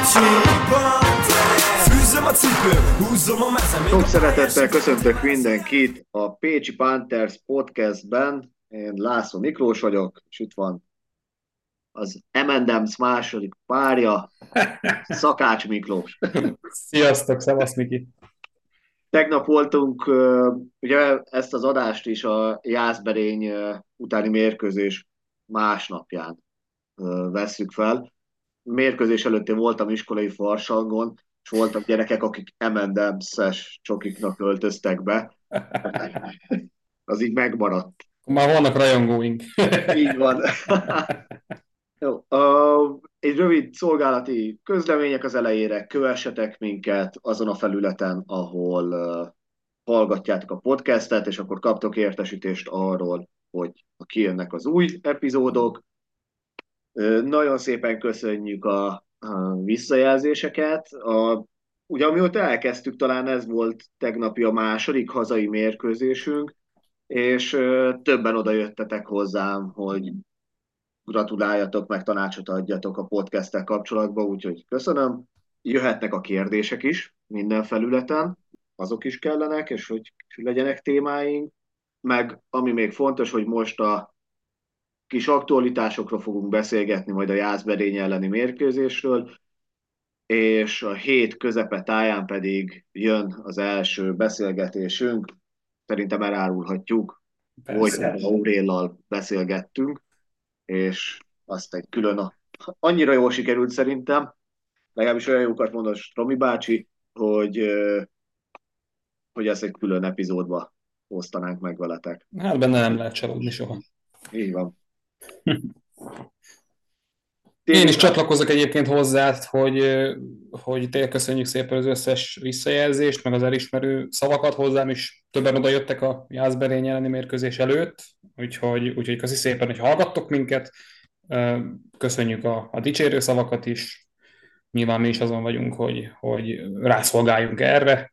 Sok szeretettel köszöntök mindenkit a Pécsi Panthers podcastben. Én László Miklós vagyok, és itt van az M&M's második párja, Szakács Miklós. Sziasztok, szevasz Miki! Tegnap voltunk, ugye ezt az adást is a Jászberény utáni mérkőzés másnapján vesszük fel. Mérkőzés előtt én voltam iskolai farsangon, és voltak gyerekek, akik M&M's-es csokiknak öltöztek be. Az így megmaradt. Már vannak rajongóink. Így van. Jó, egy rövid szolgálati közlemények az elejére. Kövessetek minket azon a felületen, ahol hallgatjátok a podcastet, és akkor kaptok értesítést arról, hogy kijönnek az új epizódok. Nagyon szépen köszönjük a visszajelzéseket. Ugye amióta elkezdtük, talán ez volt tegnapi a második hazai mérkőzésünk, és többen oda jöttetek hozzám, hogy gratuláljatok, meg tanácsot adjatok a podcasttel kapcsolatban, úgyhogy köszönöm. Jöhetnek a kérdések is minden felületen, azok is kellenek, és hogy legyenek témáink. Meg ami még fontos, hogy most a kis aktualitásokról fogunk beszélgetni, majd a Jászberény elleni mérkőzésről, és a hét közepe táján pedig jön az első beszélgetésünk. Szerintem elárulhatjuk, hogy Auréllal beszélgettünk, és azt egy annyira jól sikerült szerintem, legalábbis olyan jókat mondott Romi bácsi, hogy ezt egy külön epizódba osztanánk meg veletek. Hát benne nem lehet csalódni soha. Így van. Én is csatlakozok egyébként hozzá, hogy tényleg köszönjük szépen az összes visszajelzést, meg az elismerő szavakat. Hozzám is többen oda jöttek a Jászberény elleni mérkőzés előtt, úgyhogy köszi szépen, hogy hallgattok minket. Köszönjük a dicsérő szavakat is. Nyilván mi is azon vagyunk, hogy rászolgáljunk erre.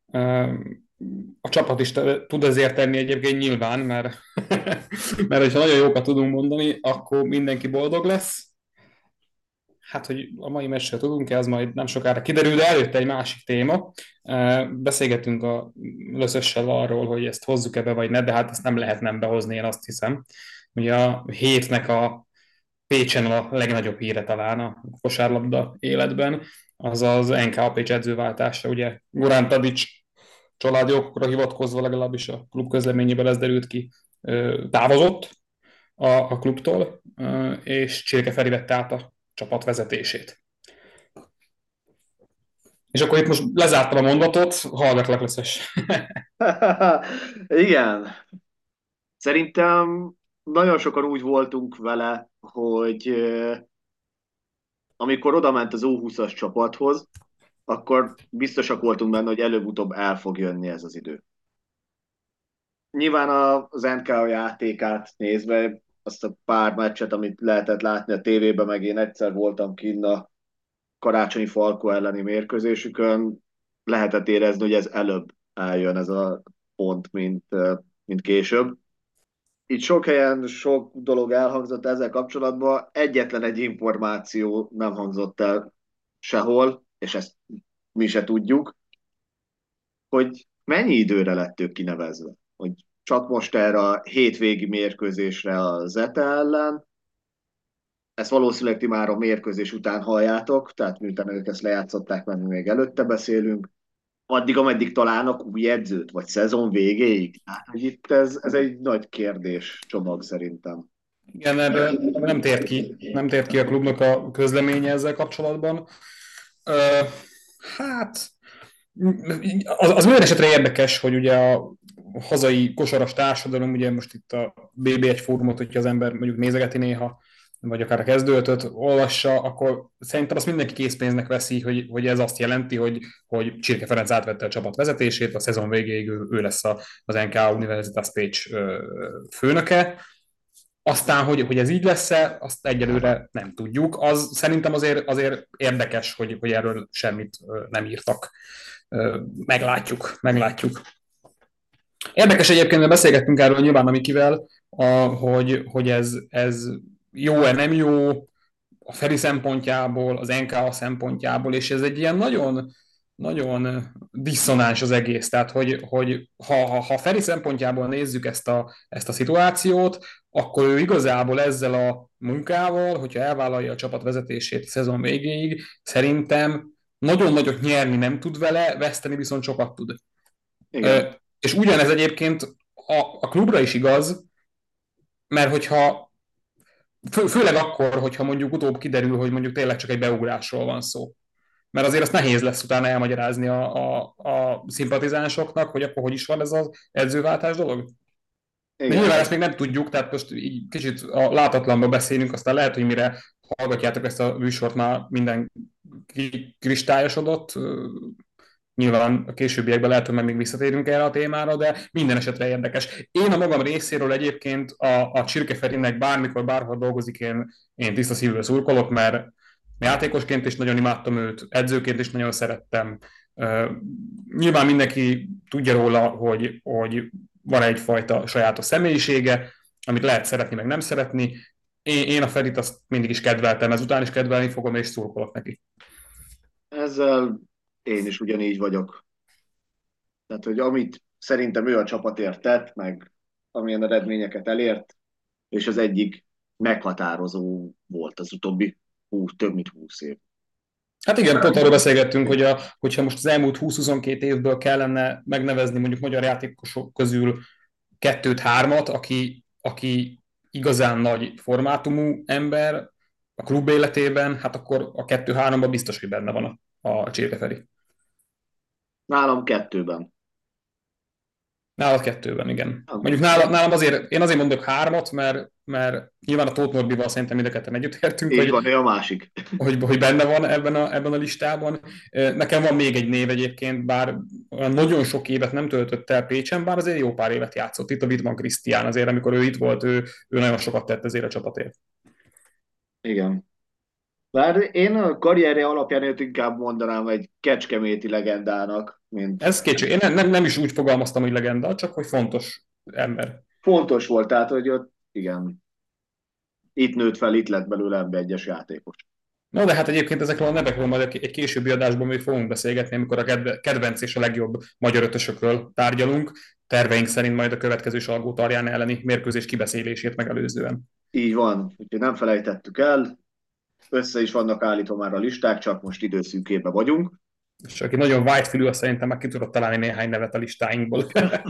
A csapat is tud ezért tenni egyébként nyilván, mert hogyha nagyon jókat tudunk mondani, akkor mindenki boldog lesz. Hát, hogy a mai meccsről tudunk-e, az majd nem sokára kiderül, de előtte egy másik téma. Beszélgetünk a Löszössel arról, hogy ezt hozzuk-e be, vagy ne, de hát ezt nem lehet nem behozni, én azt hiszem. Ugye a hétnek a Pécsen a legnagyobb híre talán a kosárlabda életben, az az NK Pécs edzőváltása. Ugye Goran Tadić családi okokra hivatkozva, legalábbis a klub közleményében ez derült ki, távozott a klubtól, és Csirke Feri vette át a csapat vezetését. És akkor itt most lezártam a mondatot, hallgatlak Löszös. Igen. Szerintem nagyon sokan úgy voltunk vele, hogy amikor odament az U20-as csapathoz, akkor biztosak voltunk benne, hogy előbb-utóbb el fog jönni ez az idő. Nyilván az NKA játékát nézve, azt a pár meccset, amit lehetett látni a tévében, meg én egyszer voltam kinn a Karácsonyi Falko elleni mérkőzésükön, lehetett érezni, hogy ez előbb eljön ez a pont, mint később. Itt sok helyen sok dolog elhangzott ezzel kapcsolatban, egyetlen egy információ nem hangzott el sehol, és ezt mi se tudjuk, hogy mennyi időre lett ők kinevezve. Hogy csak most erre a hétvégi mérkőzésre a Zete ellen, ezt valószínűleg ti már a mérkőzés után halljátok, tehát miután ők ezt lejátszották, mert mi még előtte beszélünk, addig, ameddig találnak új edzőt, vagy szezon végéig. Tehát, hogy itt ez egy nagy kérdés csomag szerintem. Igen, erre nem tért ki a klubnak a közleménye ezzel kapcsolatban. Hát, az minden esetre érdekes, hogy ugye a hazai kosaras társadalom, ugye most itt a BB1 fórumot, hogyha az ember mondjuk nézegeti néha, vagy akár a kezdőtöt olvassa, akkor szerintem azt mindenki készpénznek veszi, hogy ez azt jelenti, hogy Csirke Ferenc átvette a csapat vezetését, a szezon végéig ő lesz az NK Universitas Pécs főnöke. Aztán, hogy ez így lesz-e, azt egyelőre nem tudjuk. Az szerintem azért érdekes, hogy erről semmit nem írtak. Meglátjuk. Érdekes egyébként, mert beszélgettünk erről nyilván a Mikivel, hogy ez jó-e, nem jó. a Feri szempontjából, az NKA szempontjából, és ez egy ilyen nagyon, nagyon diszonáns az egész. Tehát, hogy ha Feri szempontjából nézzük ezt a szituációt, akkor ő igazából ezzel a munkával, hogyha elvállalja a csapat vezetését a szezon végéig, szerintem nagyon nagyot nyerni nem tud vele, veszteni viszont sokat tud. Igen, És ugyanez egyébként a klubra is igaz, mert hogyha főleg akkor, hogyha mondjuk utóbb kiderül, hogy mondjuk tényleg csak egy beugrásról van szó. Mert azért azt nehéz lesz utána elmagyarázni a szimpatizánsoknak, hogy akkor hogy is van ez az edzőváltás dolog. De igen, nyilván ezt még nem tudjuk, tehát most így kicsit a látatlanba beszélünk, aztán lehet, hogy mire hallgatjátok ezt a műsort, már minden kristályosodott. Nyilván a későbbiekben lehet, hogy meg még visszatérünk erre a témára, de minden esetre érdekes. Én a magam részéről egyébként a Csirke Ferinek bármikor, bárhol dolgozik, én tiszta szívvel szurkolok, mert játékosként is nagyon imádtam őt, edzőként is nagyon szerettem. Nyilván mindenki tudja róla, hogy van egyfajta sajátos személyisége, amit lehet szeretni, meg nem szeretni. Én a Ferit azt mindig is kedveltem, ezután is kedvelni fogom, és szurkolok neki. ezzel én is ugyanígy vagyok. Tehát, hogy amit szerintem ő a csapatért tett, meg amilyen eredményeket elért, és az egyik meghatározó volt az utóbbi több mint 20 év. Hát igen, pont arról beszélgettünk, hogyha most az elmúlt 20-22 évből kellene megnevezni mondjuk magyar játékosok közül kettőt, hármat, aki igazán nagy formátumú ember a klub életében, hát akkor a kettő-háromban biztos, hogy benne van a Csirke Feri. Nálam kettőben. Nálad kettőben, igen. Nem. Mondjuk nálam azért, én azért mondok hármat, mert nyilván a Tóth Norbival szerintem mind a ketten együtt értünk, Így van, ő a másik. hogy benne van ebben a listában. Nekem van még egy név egyébként, bár olyan nagyon sok évet nem töltött el Pécsen, bár azért jó pár évet játszott. Itt a Wittmann Krisztián azért, amikor ő itt volt, ő nagyon sokat tett ezért a csapatért. Igen. Bár én a karrierje alapján őt inkább mondanám egy kecskeméti legendának, mint Ez kétség. Én nem is úgy fogalmaztam, hogy legenda, csak hogy fontos ember. fontos volt, tehát hogy ott igen, itt nőtt fel, itt lett belőle NB1-es játékos. Na de hát egyébként ezekről a nevekről majd egy későbbi adásban még fogunk beszélgetni, amikor a kedvenc és a legjobb magyar ötösökről tárgyalunk. Terveink szerint majd a következő Salgótarján elleni mérkőzés kibeszélését megelőzően. Így van, úgyhogy nem felejtettük el, össze is vannak állítva már a listák, csak most időszűkében vagyunk. És aki nagyon whitefülű, azt szerintem már ki tudott találni néhány nevet a listáinkból.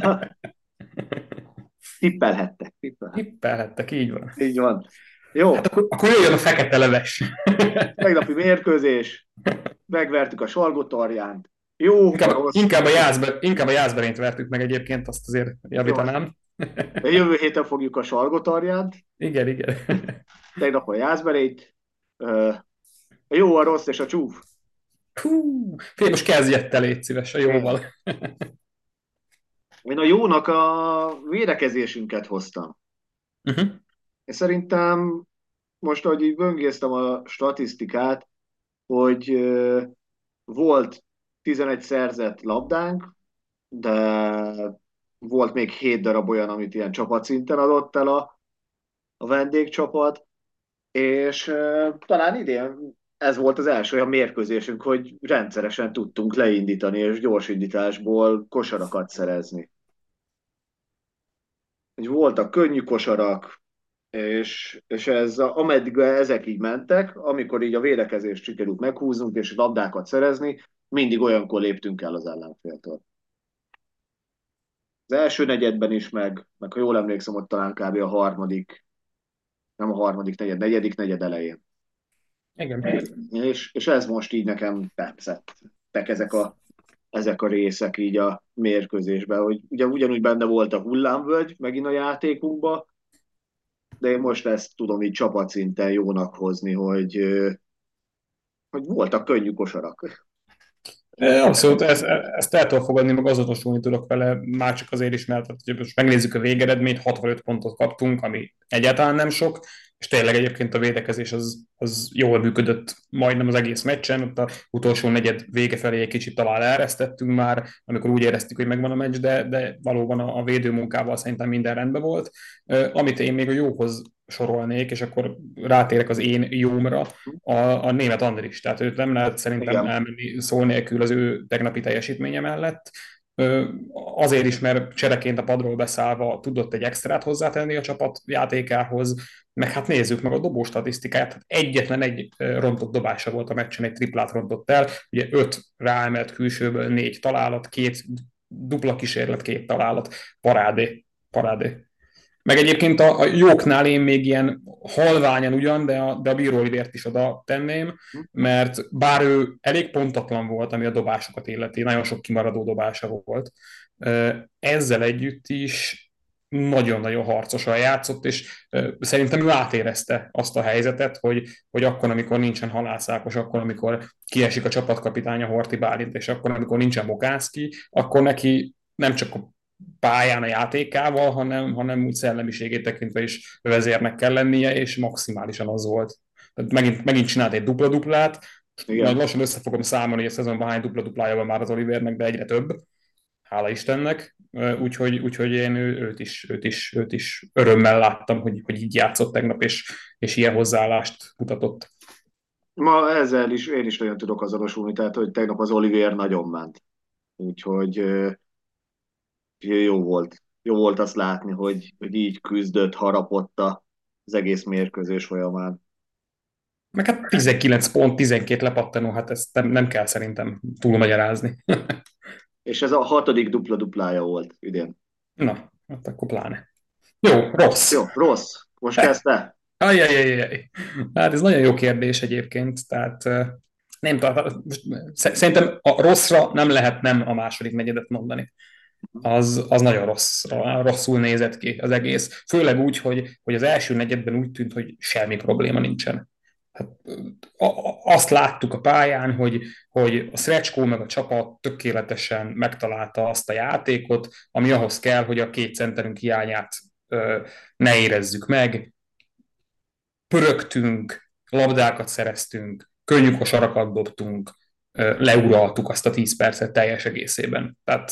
Tippelhettek. Tippelhettek, így van. Így van. Jó, Hát akkor jöjjön a fekete leves. tegnapi mérkőzés, megvertük a Salgótarjánt. Jó, a Inkább, rossz. inkább a Jászberényt vertük meg egyébként, azt azért javítanám. Jövő héten fogjuk a Salgótarjánt, Igen, igen. tegnap a Jászberényt. Jó, a rossz és a csúf. Hú, fél, most kezdj el, légy szíves, a jóval. Én a jónak a védekezésünket hoztam. Uh-huh. Én szerintem most, ahogy így böngésztem a statisztikát, hogy volt 11 szerzett labdánk, de volt még 7 darab olyan, amit ilyen csapatszinten adott el a vendégcsapat, és talán idén ez volt az első olyan mérkőzésünk, hogy rendszeresen tudtunk leindítani és gyorsindításból kosarakat szerezni. Hogy voltak könnyű kosarak, és ameddig ezek így mentek, amikor így a védekezést sikerült meghúznunk és labdákat szerezni, mindig olyankor léptünk el az ellenféltől. Az első negyedben is, meg ha jól emlékszem, ott talán kb. A harmadik, nem a harmadik negyed, negyedik negyed elején. Igen. És ez most így nekem tetszettek ezek a részek így a mérkőzésben, hogy ugye ugyanúgy benne volt a hullámvölgy megint a játékunkban, de én most ezt tudom így csapatszinten jónak hozni, hogy voltak könnyű kosarak. Abszolút, ezt el tudom fogadni, meg azonosulni tudok vele, már csak azért is, mert hogy most megnézzük a végeredményt, 65 pontot kaptunk, ami egyáltalán nem sok, és tényleg egyébként a védekezés az jól működött majdnem az egész meccsen, ott a utolsó negyed vége felé egy kicsit talán elresztettünk már, amikor úgy éreztük, hogy megvan a meccs, de valóban a védőmunkával szerintem minden rendben volt. Amit én még a jóhoz sorolnék, és akkor rátérek az én jómra, a német Andris. Tehát őt nem lehet szerintem Igen. elmenni szó nélkül az ő tegnapi teljesítménye mellett. Azért is, mert csereként a padról beszállva tudott egy extrát hozzátenni a csapat játékához, meg hát nézzük meg a dobó statisztikáját. Hát egyetlen egy rontott dobása volt a meccsen, egy triplát rontott el, ugye 5 ráemelt külsőből 4 találat, 2 dupla kísérlet, 2 találat, parádé, parádé. Meg egyébként a jóknál én még ilyen halványan ugyan, de a Bíró Olivért is oda tenném, mert bár ő elég pontatlan volt, ami a dobásokat illeti, nagyon sok kimaradó dobása volt, ezzel együtt is nagyon-nagyon harcosan játszott, és szerintem ő átérezte azt a helyzetet, hogy akkor, amikor nincsen Halászákos, akkor, amikor kiesik a csapatkapitánya Horti Bálint, és akkor, amikor nincsen Mokánszki, akkor neki nem csak a pályán a játékával, hanem úgy szellemiségét tekintve is vezérnek kell lennie, és maximálisan az volt. Tehát megint csinált egy dupla-duplát, majd Igen. lassan össze fogom számolni, hogy a szezonban hány dupla-duplája van már az Olivernek, de egyre több, hála Istennek. Úgyhogy én őt is örömmel láttam, hogy így játszott tegnap, és ilyen hozzáállást mutatott. Ma ezzel is én is nagyon tudok azonosulni, tehát hogy tegnap az Olivier nagyon ment. Úgyhogy jó volt. Jó volt azt látni, hogy így küzdött, harapott az egész mérkőzés folyamán. Meg hát 19 pont, 12 lepattanó, hát ezt nem kell szerintem túlmagyarázni. És ez a hatodik dupla-duplája volt idén. Na, hát akkor pláne. Jó, rossz. Jó, rossz. Most kezdte? Ajajajaj. Hát ez nagyon jó kérdés egyébként, tehát nem tudom, szerintem a rosszra nem lehet nem a második negyedet mondani. Az nagyon rosszul nézett ki az egész. Főleg úgy, hogy az első negyedben úgy tűnt, hogy semmi probléma nincsen. Hát, azt láttuk a pályán, hogy a Szrecskó meg a csapat tökéletesen megtalálta azt a játékot, ami ahhoz kell, hogy a két centerünk hiányát ne érezzük meg. Pörögtünk, labdákat szereztünk, könnyű kosarakat dobtunk, leuraltuk azt a 10 percet teljes egészében. Tehát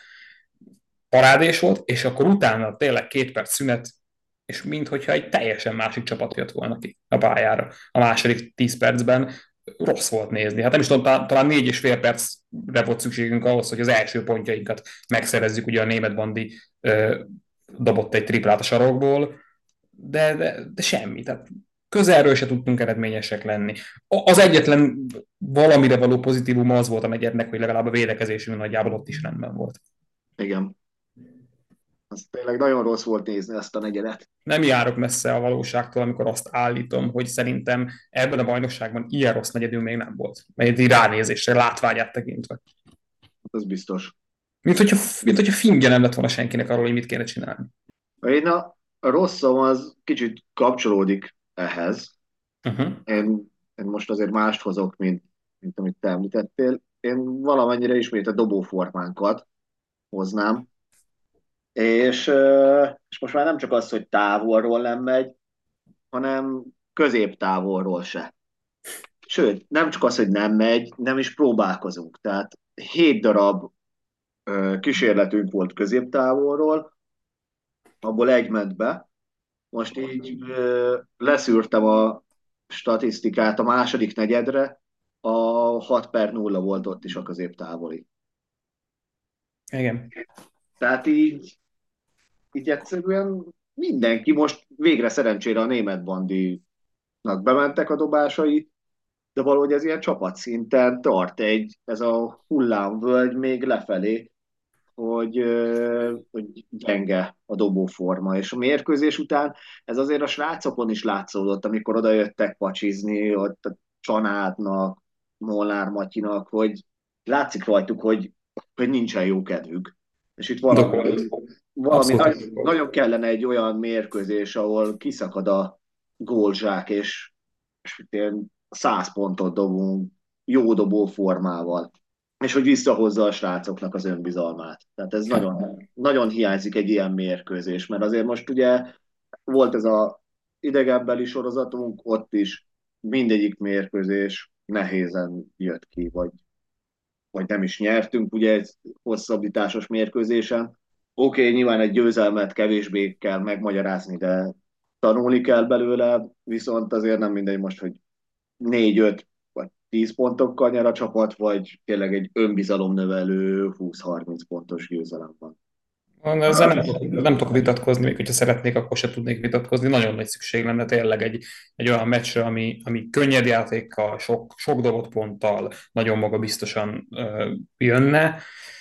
parádés volt, és akkor utána tényleg 2 perc szünet, és minthogyha egy teljesen másik csapat jött volna ki a pályára a második 10 percben, rossz volt nézni. Hát nem is tudom, talán 4,5 percre volt szükségünk ahhoz, hogy az első pontjainkat megszerezzük, ugye a német bandi dobott egy triplát a sarokból, de semmi. Tehát közelről se tudtunk eredményesek lenni. Az egyetlen valamire való pozitívum az volt a negyednek, hogy legalább a védekezésünk nagyjából ott is rendben volt. Igen. Az tényleg nagyon rossz volt nézni ezt a negyedet. Nem járok messze a valóságtól, amikor azt állítom, hogy szerintem ebben a bajnokságban ilyen rossz negyedünk még nem volt. Egy ránézésre, látványát tekintve. Az biztos. Mint hogyha fingja nem lett volna senkinek arról, hogy mit kéne csinálni. Én a rosszom az kicsit kapcsolódik ehhez. Uh-huh. Én most azért mást hozok, mint amit te említettél. Én valamennyire ismét a dobóformánkat hoznám. És most már nem csak az, hogy távolról nem megy, hanem középtávolról se. Sőt, nem csak az, hogy nem megy, nem is próbálkozunk. Tehát 7 darab kísérletünk volt középtávolról, abból egy ment be. Most így leszűrtem a statisztikát a második negyedre, a 6/0 volt ott is a középtávoli. Igen. Tehát így egyszerűen mindenki most végre szerencsére a német bandinak bementek a dobásai, de valahogy ez ilyen csapatszinten tart ez a hullámvölgy még lefelé, hogy gyenge a dobóforma. És a mérkőzés után ez azért a srácokon is látszódott, amikor oda jöttek pacsizni, ott a Csanádnak, Molnár Matyinak, hogy látszik rajtuk, hogy nincsen jó kedvük. És itt valami Abszolút. nagyon kellene egy olyan mérkőzés, ahol kiszakad a gólzsák, és ilyen 100 pontot dobunk jó dobó formával, és hogy visszahozza a srácoknak az önbizalmát. Tehát ez nagyon, nagyon hiányzik egy ilyen mérkőzés, mert azért most ugye volt ez a idegenbeli sorozatunk, ott is mindegyik mérkőzés nehézen jött ki, vagy nem is nyertünk ugye egy hosszabbításos mérkőzésen. Oké, nyilván egy győzelmet kevésbé kell megmagyarázni, de tanulni kell belőle, viszont azért nem mindegy most, hogy 4-5 vagy 10 pontokkal nyer a csapat, vagy tényleg egy önbizalomnövelő 20-30 pontos győzelem van. Ezzel nem tudok vitatkozni, még hogyha szeretnék, akkor se tudnék vitatkozni. Nagyon nagy szükség lenne tényleg egy olyan meccsre, ami könnyed játékkal, sok dobott ponttal, nagyon magabiztosan jönne.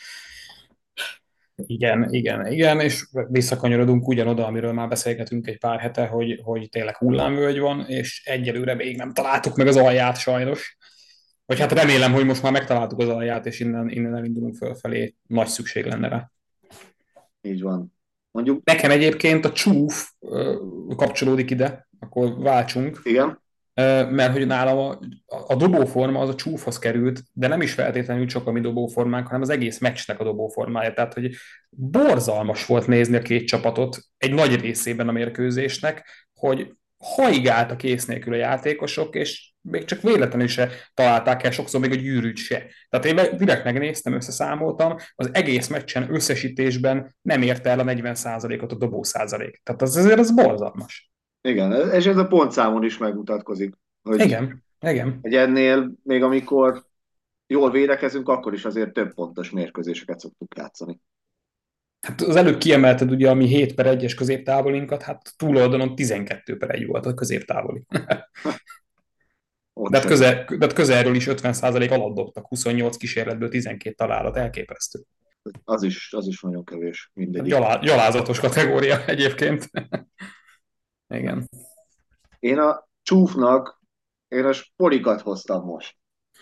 Igen, és visszakanyarodunk ugyanoda, amiről már beszélgetünk egy pár hete, hogy tényleg hullámvölgy van, és egyelőre még nem találtuk meg az alját sajnos. Vagy hát remélem, hogy most már megtaláltuk az alját, és innen elindulunk fölfelé. Nagy szükség lenne rá. Így van. Mondjuk, Nekem egyébként a csúf kapcsolódik ide, akkor váltsunk, igen, mert hogy nálam a dobóforma az a csúfhoz került, de nem is feltétlenül csak a mi dobóformánk, hanem az egész meccsnek a dobóformája. Tehát, hogy borzalmas volt nézni a két csapatot egy nagy részében a mérkőzésnek, hogy haigáltak ész nélkül a játékosok, és még csak véletlenül se találták el, sokszor még a gyűrűt se. Tehát én direkt megnéztem, összeszámoltam, az egész meccsen összesítésben nem érte el a 40%-ot a dobó százalék. Tehát azért az borzalmas. igen, és ez a pontszámon is megmutatkozik, Igen. hogy ennél még amikor jól védekezünk, akkor is azért több pontos mérkőzéseket szoktuk játszani. Hát az előbb kiemelted ugye a mi 7/1-es középtávolinkat, hát túloldalon 12/1 volt a középtávoli. Ott De hát, sem. de hát közelről is 50% alatt dobtak, 28 kísérletből 12 találat, elképesztő. Az is nagyon kevés, Hát mindegyik. gyalázatos kategória egyébként. Igen. Én a csúfnak, én a sporikat hoztam most.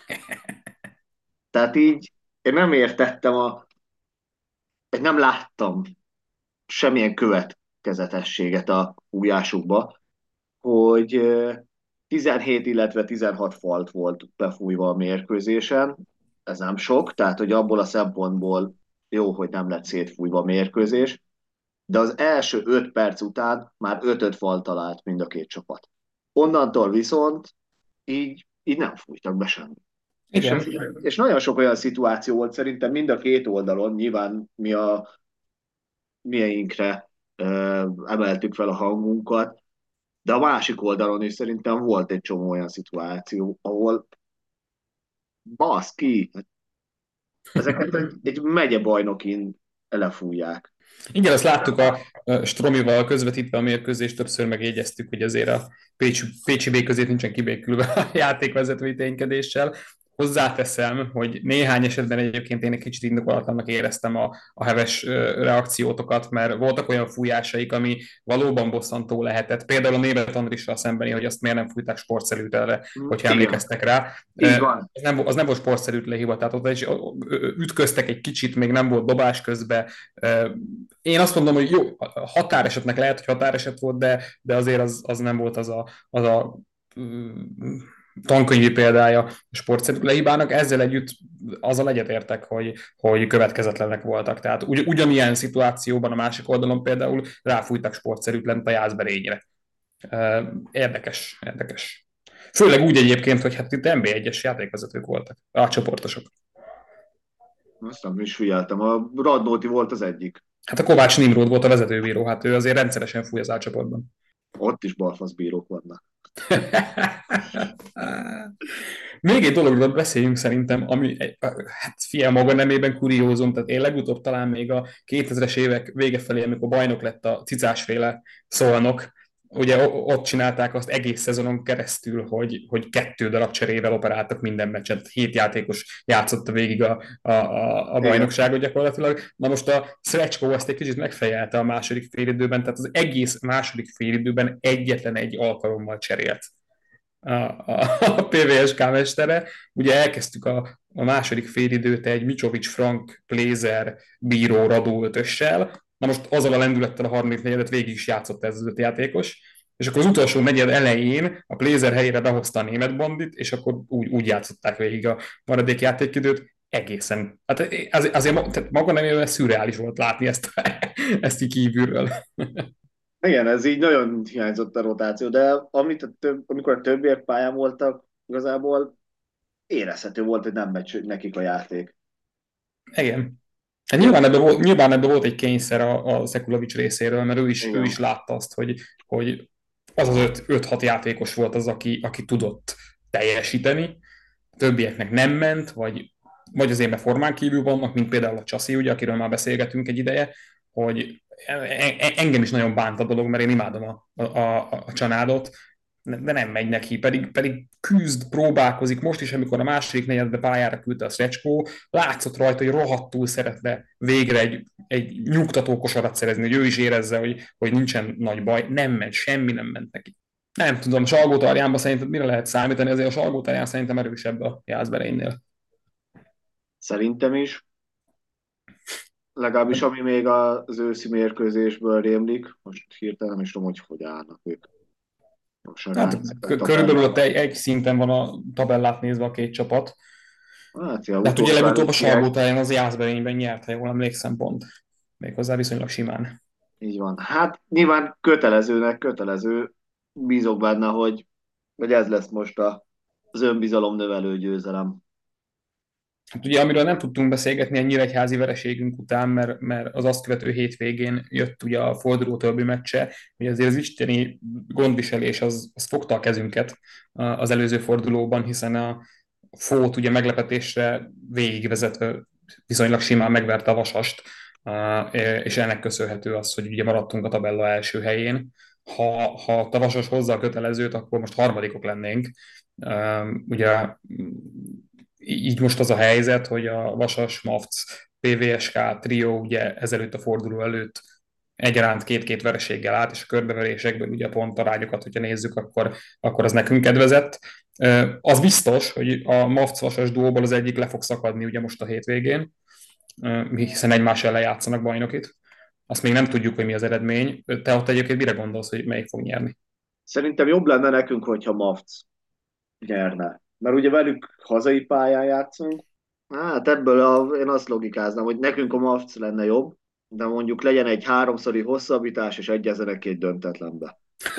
Tehát így én nem értettem nem láttam semmilyen következetességet a fújásukba, hogy 17, illetve 16 falt volt befújva a mérkőzésen. Ez nem sok, tehát hogy abból a szempontból jó, hogy nem lett szétfújva a mérkőzés, de az első 5 perc után már 5 fal talált mind a két csapat. Onnantól viszont így nem fújtak be semmit. És, Igen. és nagyon sok olyan szituáció volt szerintem mind a két oldalon, nyilván mi a mieinkre emeltük fel a hangunkat, de a másik oldalon is szerintem volt egy csomó olyan szituáció, ahol baszki, ezeket egy megyebajnokin elefújják. Igen, azt láttuk a Stromival közvetítve a mérkőzést, többször megjegyeztük, hogy azért a Pécsi B között nincsen kibékülve a játékvezetői ténykedéssel. Hozzáteszem, hogy néhány esetben egyébként én egy kicsit indokolatlannak éreztem a heves reakciótokat, mert voltak olyan fújásaik, ami valóban bosszantó lehetett. Például a Németh Andrissal szembeni, hogy azt miért nem fújták sportszerűtelre, hogyha Igen, emlékeztek rá. így van. Az nem volt sportszerűt lehiva, tehát ott is ütköztek egy kicsit, még nem volt dobás közben. Én azt mondom, hogy jó, határesetnek lehet, hogy határeset volt, de azért az nem volt az a tankönyvi példája a sportszerű lehibának. Ezzel együtt azzal egyetértek, hogy következetlenek voltak. Tehát ugyanilyen szituációban a másik oldalon például ráfújtak sportszerűtlent a Jászberényre. Érdekes. Főleg úgy egyébként, hogy hát itt NB1-es játékvezetők voltak, a csoportosok. Azt nem is figyeltem. A Radnóti volt az egyik. Hát a Kovács Nimród volt a vezetőbíró, hát ő azért rendszeresen fúj az átcsoportban. Ott is balfaszbírók vannak. Még egy dologról beszéljünk szerintem, ami hát fia maga nemében kuriózum, tehát én legutóbb talán még a 2000-es évek vége felé, amikor bajnok lett a cicásféle Szolnok, ugye ott csinálták azt egész szezonon keresztül, hogy 2 darab cserével operáltak minden meccset, 7 játékos játszotta végig a bajnokságot gyakorlatilag. Na most a Szrecskó azt egy kicsit megfejelte a második félidőben, tehát az egész második félidőben egyetlen egy alkalommal cserélt a PVSK mestere. Ugye elkezdtük a második félidőt egy Micsovics, Frank, Plézer, Bíró, Radó ötössel. Na most azzal a lendülettel a harmadik negyedet végig is játszott ez az 5 játékos, és akkor az utolsó negyed elején a Plézer helyére behozta a német bandit, és akkor úgy játszották végig a maradék játékidőt, egészen. Hát azért maga nem szürreális volt látni ezt így kívülről. Igen, ez így nagyon hiányzott a rotáció, de amikor a többiek pályán voltak, igazából érezhető volt, hogy nem megy nekik a játék. Igen. Hát Ugye, nyilván ebben volt egy kényszer a Szekulovics részéről, mert ő is igen. látta azt, hogy az az 5-6 játékos volt az, aki tudott teljesíteni, a többieknek nem ment, vagy azért mert formán kívül vannak, mint például a Csasi, ugye, akiről már beszélgetünk egy ideje, hogy engem is nagyon bánt a dolog, mert én imádom a csanádot, de nem megy neki, pedig küzd, próbálkozik. Most is, amikor a második negyedbe pályára küldte a Szrecskó, látszott rajta, hogy rohadtul szeretne végre egy nyugtató kosarat szerezni, hogy ő is érezze, hogy nincsen nagy baj. Nem ment, semmi nem ment neki. Nem tudom, a Salgótarjánban szerinted mire lehet számítani, azért a Salgótarján szerintem erősebb a Jászberénynél. Szerintem is, legalábbis ami még az őszi mérkőzésből rémlik, most hirtelen nem is tudom, hogy állnak ők. Most Hát ránézek a körülbelül ott tabellára. egy szinten van a tabellát nézve a két csapat. Hát, ja, De hát ugye utolsó legutóbb a előttiek, Salgótarján az Jászberényben nyert, ha jól emlékszem pont. Méghozzá viszonylag simán. így van. Hát nyilván kötelező, bízok benne, hogy ez lesz most az önbizalom növelő győzelem. Hát ugye, amiről nem tudtunk beszélgetni a nyíregyházi vereségünk után, mert az azt követő hétvégén jött ugye a forduló többi meccse, hogy azért az isteni gondviselés az fogta a kezünket az előző fordulóban, hiszen a Fót ugye meglepetésre végigvezetve viszonylag simán megverte a Vasast, és ennek köszönhető az, hogy ugye maradtunk a tabella első helyén. Ha a Vasas hozza a kötelezőt, akkor most harmadikok lennénk. Ugye így most az a helyzet, hogy a Vasas, Mavc, PVSK trió ugye ezelőtt a forduló előtt egyaránt két-két vereséggel állt, és a körbeverésekből ugye a pontarányokat, hogyha nézzük, akkor az nekünk kedvezett. Az biztos, hogy a Mavc-Vasas duóból az egyik le fog szakadni ugye most a hétvégén, hiszen egymás ellen játszanak bajnokit. Azt még nem tudjuk, hogy mi az eredmény. Te ott egyébként mire gondolsz, hogy melyik fog nyerni? Szerintem jobb lenne nekünk, hogyha Mavc nyerne. Mert ugye velük hazai pályán játszunk. Hát én azt logikáznám, hogy nekünk a Mavc lenne jobb, de mondjuk legyen egy háromszori hosszabbítás, és egyezzenek két döntetlenbe.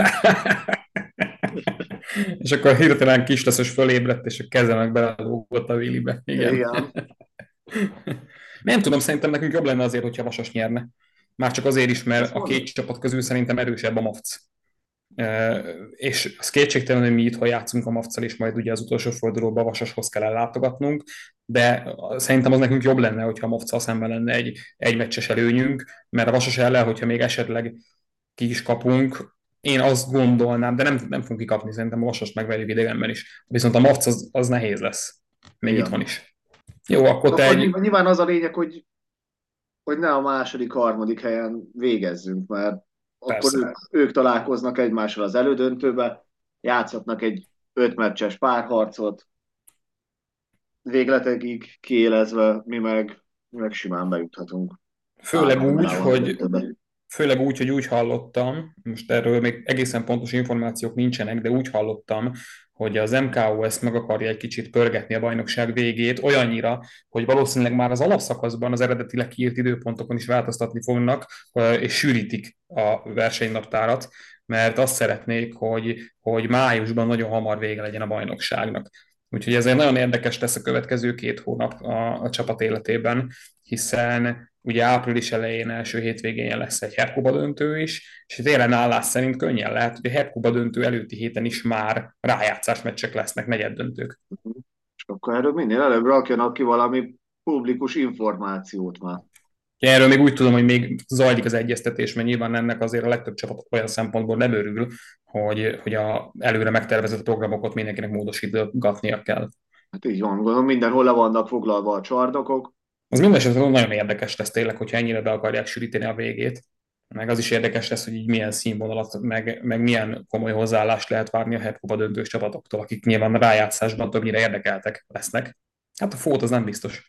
És akkor hirtelen kisleszes fölébredt, és a kezemek belelógott a Willibe. Igen. Igen. Nem tudom, szerintem nekünk jobb lenne azért, hogyha Vasas nyerne. Már csak azért is, Azt mert a mondom. két csapat közül szerintem erősebb a Mavc. És az kétségtelen, hogy mi itthon játszunk a Mavccal, és majd ugye az utolsó fordulóban a Vasashoz kell ellátogatnunk, de szerintem az nekünk jobb lenne, hogyha a Mavccal szemben lenne egy meccses előnyünk, mert a Vasas ellen, hogyha még esetleg ki is kapunk, én azt gondolnám, de nem fogunk kikapni, szerintem a Vasast megverjük idegenben is. Viszont a Mavc az nehéz lesz, még itthon Igen. is. Jó, akkor te Akkor egy... nyilván az a lényeg, hogy ne a második, harmadik helyen végezzünk, mert akkor Persze. ők találkoznak egymással az elődöntőbe, játszhatnak egy ötmeccses párharcot, végletekig kiélezve, mi meg simán bejuthatunk Főleg úgy, háromnál a hogy döntőbe. úgy hallottam, most erről még egészen pontos információk nincsenek, de úgy hallottam, hogy az MKO ezt meg akarja egy kicsit pörgetni a bajnokság végét, olyannyira, hogy valószínűleg már az alapszakaszban az eredetileg kiírt időpontokon is változtatni fognak, és sűrítik a versenynaptárat, mert azt szeretnék, hogy májusban nagyon hamar vége legyen a bajnokságnak. Úgyhogy ez egy nagyon érdekes lesz a következő 2 hónap a csapat életében, hiszen ugye április elején első hétvégén lesz egy Herkuba döntő is, és télen állás szerint könnyen lehet, hogy a Herkuba döntő előtti héten is már rájátszás meccsek lesznek, negyeddöntők. És akkor erről minél előbb rakjanak ki valami publikus információt már. Erről még úgy tudom, hogy még zajlik az egyeztetés, mert nyilván ennek azért a legtöbb csapat olyan szempontból nem örül, hogy a előre megtervezett programokat mindenkinek módosítgatnia kell. Hát így van, gondolom mindenhol le vannak foglalva a csarnokok. Az minden esetben nagyon érdekes lesz tényleg, hogyha ennyire be akarják sűríteni a végét. Meg az is érdekes lesz, hogy így milyen színvonalat, meg milyen komoly hozzáállást lehet várni a Herkuba döntős csapatoktól, akik nyilván a rájátszásban többnyire érdekeltek lesznek. Hát a Fót az nem biztos.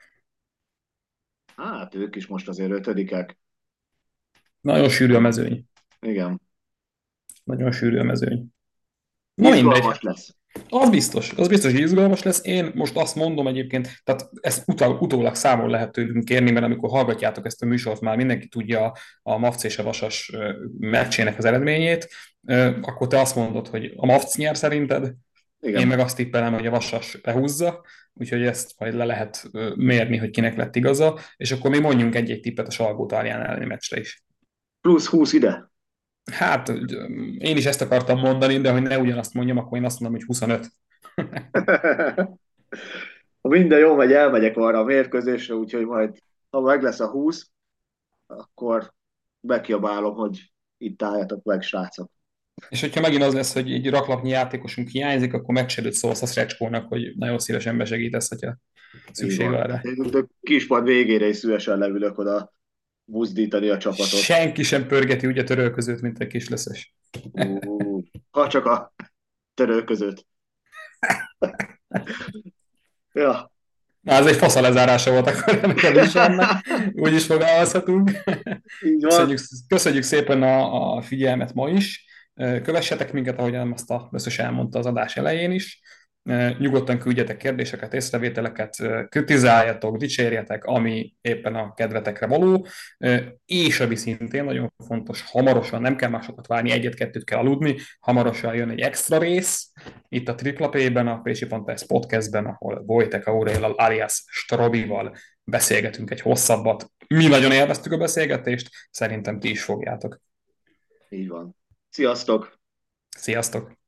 Hát ők is most azért ötödikek. Nagyon sűrű a mezőny. Igen. Nagyon sűrű a mezőny. Na mindegy, Izgalmas hát lesz. az biztos, hogy izgalmas lesz. Én most azt mondom egyébként, tehát ezt utólag számon lehet tőlünk kérni, mert amikor hallgatjátok ezt a műsort, már mindenki tudja a MAFC és a Vasas meccsének az eredményét, akkor te azt mondod, hogy a MAFC nyer szerinted, én Igen. meg azt tippelem, hogy a Vasas behúzza, úgyhogy ezt majd le lehet mérni, hogy kinek lett igaza, és akkor mi mondjunk egy-egy tippet a Salgótarján elleni meccsre is. Plusz 20 ide. Hát én is ezt akartam mondani, de hogy ne ugyanazt mondjam, akkor én azt mondom, hogy 25. Ha minden jól megy, elmegyek arra a mérkőzésre, úgyhogy majd, ha meg lesz a 20, akkor bekiabálom, hogy itt álljatok meg, srácok. És hogyha megint az lesz, hogy egy raklapnyi játékosunk hiányzik, akkor meccselőtt szólsz a Szrecskónak, hogy nagyon szívesen besegítesz, hogyha Így szükség van. van rá. Én a kispad végére is szívesen leülök oda buzdítani a csapatot. Senki sem pörgeti úgy a törölközőt, mint egy kis leszes. Ha csak a törő között. Ja, Na, ez egy fasz a lezárása volt akkor ennek a műsornak, úgy is fogalmazhatunk. így van. Köszönjük szépen a figyelmet ma is. Kövessetek minket, ahogyan azt a Összes elmondta az adás elején is. Nyugodtan küldjetek kérdéseket, észrevételeket, kritizáljatok, dicsérjetek, ami éppen a kedvetekre való. És ami szintén nagyon fontos, hamarosan nem kell már sokat várni, egyet-kettőt kell aludni, hamarosan jön egy extra rész, itt a Tripla P-ben, a Pécsi.es podcastben, ahol Wojtek Aurélal alias Strobival beszélgetünk egy hosszabbat. Mi nagyon élveztük a beszélgetést, szerintem ti is fogjátok. Így van. Sziasztok! Sziasztok!